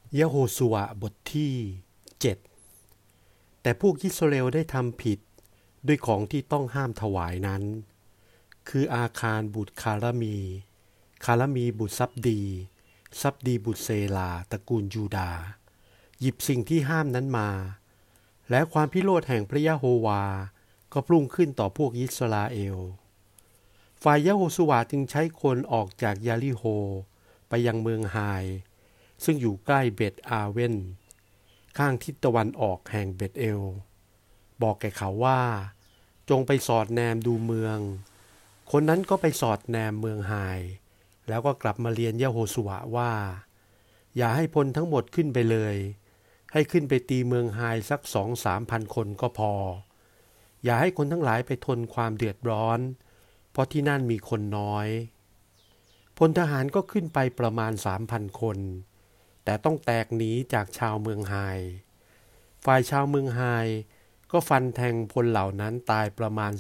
ยะโฮชูวบทที่7แต่พวกอิสราเอลได้ทำผิดด้วยของที่ต้องห้ามถวายนั้นคืออาคารบุตรคารามีบุตรซับดีบุตรเซลาตระกูลยูดาห์หยิบสิ่งที่ห้ามนั้นมาและความพิโรธแห่งพระยะโฮวาก็ปรุงขึ้นต่อพวกอิสราเอลฝ่ายยะโฮชูวจึงใช้คนออกจากยาริโฮไปยังเมืองไฮซึ่งอยู่ใกล้เบตอาเวนข้างทิศตะวันออกแห่งเบตเอลบอกแก่เขาว่าจงไปสอดแนมดูเมืองคนนั้นก็ไปสอดแนมเมืองไฮแล้วก็กลับมาเรียนยะโฮชูวว่าอย่าให้พลทั้งหมดขึ้นไปเลยให้ขึ้นไปตีเมืองไฮสัก 2-3 พันคนก็พออย่าให้คนทั้งหลายไปทนความเดือดร้อนเพราะที่นั่นมีคนน้อยพลทหารก็ขึ้นไปประมาณ 3,000 คนแต่ต้องแตกหนีจากชาวเมืองไฮฝ่ายชาวเมืองไฮก็ฟันแทงพลเหล่านั้นตายประมาณ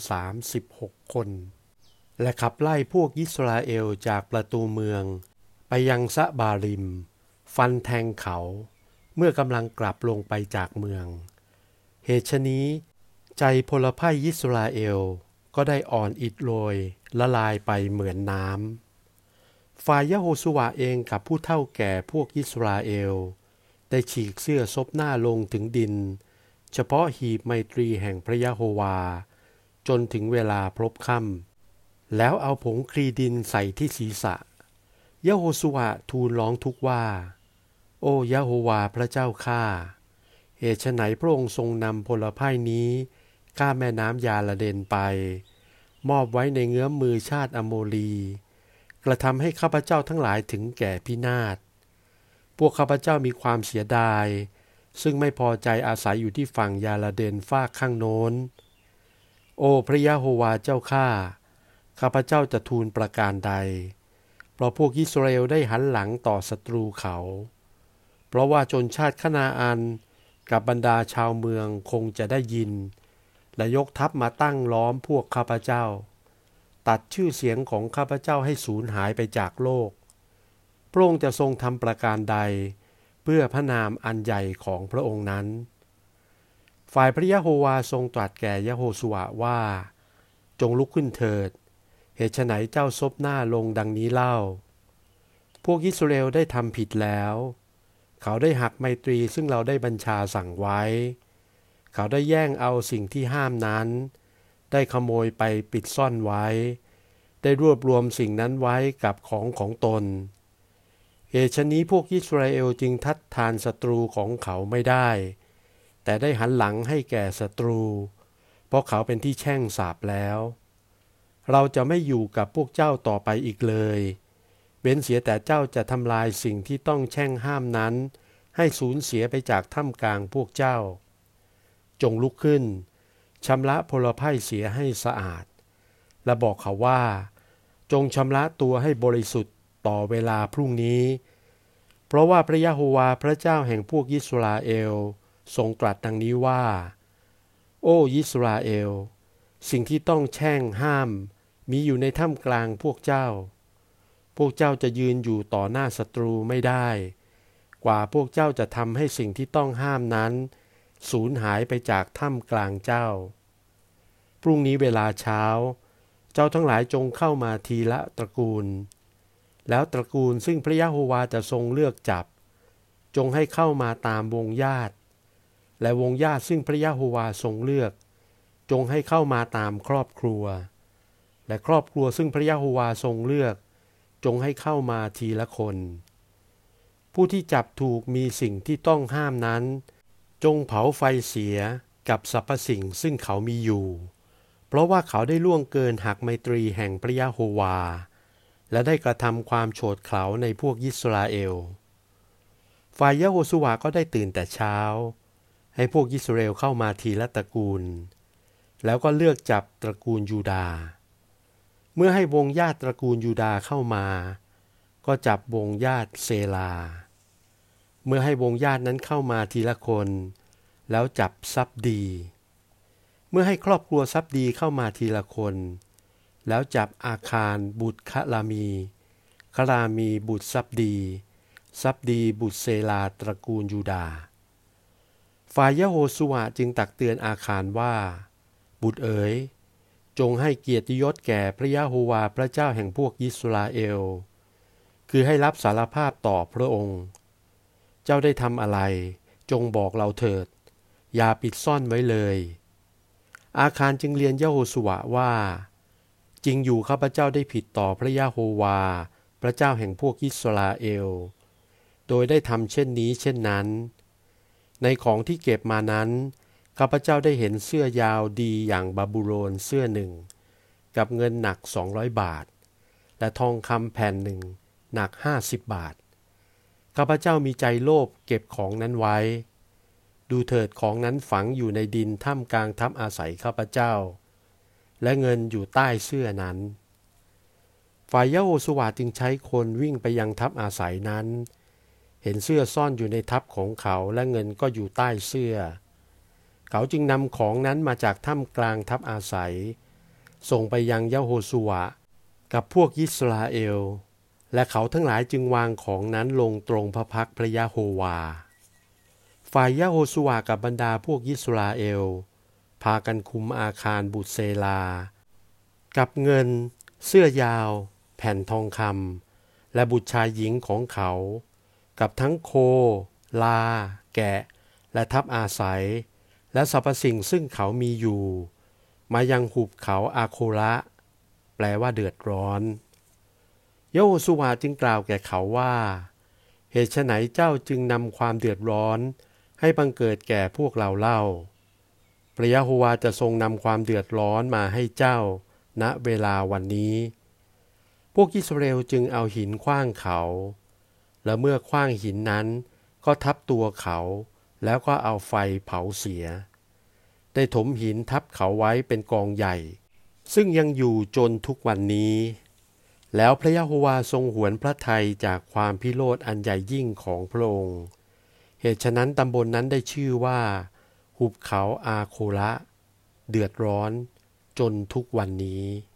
36 คนและขับไล่พวกอิสราเอลจากประตูเมืองไปยังซะบาริมฟันแทงเขาเมื่อกำลังกลับลงไปจากเมืองเหตุฉะนี้ใจพลพ่ายอิสราเอลก็ได้อ่อนอิดโรยละลายไปเหมือนน้ำฝ่ายยะโฮชูวเองกับผู้เฒ่าแก่พวกอิสราเอลได้ฉีกเสื้อซบหน้าลงถึงดินเฉพาะหีบไมตรีแห่งพระยะโฮวาจนถึงเวลาพลบค่ำแล้วเอาผงคลีดินใส่ที่ศีรษะยะโฮชูวทูลร้องทุกข์ว่าโอ้ยะโฮวาพระเจ้าข้าเหตุไฉนพระองค์ทรงนำพลพ่ายนี้ข้ามแม่น้ำยาระเด็นไปมอบไว้ในเงื้อมมือชาติอโมรีกระทำให้ข้าพเจ้าทั้งหลายถึงแก่พินาศพวกข้าพเจ้ามีความเสียดายซึ่งไม่พอใจอาศัยอยู่ที่ฝั่งยาระเด็นฝากข้างโน้นโอ้พระยะโฮวาเจ้าข้าพเจ้าจะทูลประการใดเพราะพวกอิสราเอลได้หันหลังต่อศัตรูเขาเพราะว่าชนชาติคณาอันกับบรรดาชาวเมืองคงจะได้ยินและยกทัพมาตั้งล้อมพวกข้าพเจ้าตัดชื่อเสียงของข้าพเจ้าให้สูญหายไปจากโลกพระองค์จะทรงทำประการใดเพื่อพระนามอันใหญ่ของพระองค์นั้นฝ่ายพระยะโฮวาทรงตรัสแก่ยะโฮชูวว่าจงลุกขึ้นเถิดเหตุไฉนเจ้าซบหน้าลงดังนี้เล่าพวกอิสราเอลได้ทำผิดแล้วเขาได้หักไมตรีซึ่งเราได้บัญชาสั่งไว้เขาได้แย่งเอาสิ่งที่ห้ามนั้นได้ขโมยไปปิดซ่อนไว้ได้รวบรวมสิ่งนั้นไว้กับของตนเหตุฉะนี้พวกอิสราเอลจึงทัดทานศัตรูของเขาไม่ได้แต่ได้หันหลังให้แก่ศัตรูเพราะเขาเป็นที่แช่งสาปแล้วเราจะไม่อยู่กับพวกเจ้าต่อไปอีกเลยเว้นเสียแต่เจ้าจะทำลายสิ่งที่ต้องแช่งห้ามนั้นให้สูญเสียไปจากท่ามกลางพวกเจ้าจงลุกขึ้นชำระพลพ่ายเสียให้สะอาดและบอกเขาว่าจงชำระตัวให้บริสุทธิ์ต่อเวลาพรุ่งนี้เพราะว่าพระยะโฮวาพระเจ้าแห่งพวกอิสราเอลทรงตรัสดังนี้ว่าโอ้อิสราเอลสิ่งที่ต้องแช่งห้ามมีอยู่ในท่ามกลางพวกเจ้าจะยืนอยู่ต่อหน้าศัตรูไม่ได้กว่าพวกเจ้าจะทำให้สิ่งที่ต้องห้ามนั้นสูญหายไปจากท่ามกลางเจ้าพรุ่งนี้เวลาเช้าเจ้าทั้งหลายจงเข้ามาทีละตระกูลแล้วตระกูลซึ่งพระยะโฮวาจะทรงเลือกจับจงให้เข้ามาตามวงญาติและวงญาติซึ่งพระยะโฮวาทรงเลือกจงให้เข้ามาตามครอบครัวและครอบครัวซึ่งพระยะโฮวาทรงเลือกจงให้เข้ามาทีละคนผู้ที่จับถูกมีสิ่งที่ต้องห้ามนั้นจงเผาไฟเสียกับสรรพสิ่งซึ่งเขามีอยู่เพราะว่าเขาได้ล่วงเกินหักไมตรีแห่งพระยะโฮวาและได้กระทำความโฉดเขลาในพวกอิสราเอลฝ่ายยะโฮชูวก็ได้ตื่นแต่เช้าให้พวกอิสราเอลเข้ามาทีละตระกูลแล้วก็เลือกจับตระกูลยูดาห์เมื่อให้วงญาติตระกูลยูดาห์เข้ามาก็จับวงญาติเซลาเมื่อให้วงญาตินั้นเข้ามาทีละคนแล้วจับซับดีเมื่อให้ครอบครัวซับดีเข้ามาทีละคนแล้วจับอาคารบุตรคารามีบุตรซับดีซับดีบุตรเซลาตระกูลยูดาห์ฝ่ายยะโฮชูวจึงตักเตือนอาคานว่าบุตรเอ๋ยจงให้เกียรติยศแก่พระยะโฮวาห์พระเจ้าแห่งพวกอิสราเอลคือให้รับสารภาพต่อพระองค์เจ้าได้ทำอะไรจงบอกเราเถิดอย่าปิดซ่อนไว้เลยอาคานจึงเรียนยะโฮชูวว่าจริงอยู่ข้าพเจ้าได้ผิดต่อพระยะโฮวาห์พระเจ้าแห่งพวกอิสราเอลโดยได้ทำเช่นนี้เช่นนั้นในของที่เก็บมานั้นข้าพเจ้าได้เห็นเสื้อยาวดีอย่างบาบูโลนเสื้อหนึ่งกับเงินหนัก200 บาทและทองคำแผ่นหนึ่งหนัก50 บาทข้าพเจ้ามีใจโลภเก็บของนั้นไว้ดูเถิดของนั้นฝังอยู่ในดินท่ามกลางทัพอาศัยข้าพเจ้าและเงินอยู่ใต้เสื้อนั้นฝ่ายยะโฮชูวจึงใช้คนวิ่งไปยังทัพอาศัยนั้นเห็นเสื้อซ่อนอยู่ในทัพของเขาและเงินก็อยู่ใต้เสื้อเขาจึงนำของนั้นมาจากท่ามกลางทัพอาศัยส่งไปยังยะโฮชูวกับพวกอิสราเอลและเขาทั้งหลายจึงวางของนั้นลงตรงพระพักพระยะโฮวาฝ่ายยะโฮชูวกับบรรดาพวกอิสราเอลพากันคุมอาคารบุตรเซลากับเงินเสื้อยาวแผ่นทองคำและบุตรชายหญิงของเขากับทั้งโคลาแกะและทัพอาศัยและสรรพสิ่งซึ่งเขามีอยู่มายังหุบเขาอาโคระแปลว่าเดือดร้อนยะโฮชูวจึงกล่าวแก่เขาว่าเหตุไฉนเจ้าจึงนำความเดือดร้อนให้บังเกิดแก่พวกเราเล่าพระยะโฮวาจะทรงนำความเดือดร้อนมาให้เจ้าณเวลาวันนี้พวกอิสราเอลจึงเอาหินขว้างเขาและเมื่อขว้างหินนั้นก็ทับตัวเขาแล้วก็เอาไฟเผาเสียได้ถมหินทับเขาไว้เป็นกองใหญ่ซึ่งยังอยู่จนทุกวันนี้แล้วพระยะโฮวาทรงหวนพระทัยจากความพิโรธอันใหญ่ยิ่งของพระองค์เหตุฉะนั้นตำบลนั้นได้ชื่อว่าหุบเขาอาโคระเดือดร้อนจนทุกวันนี้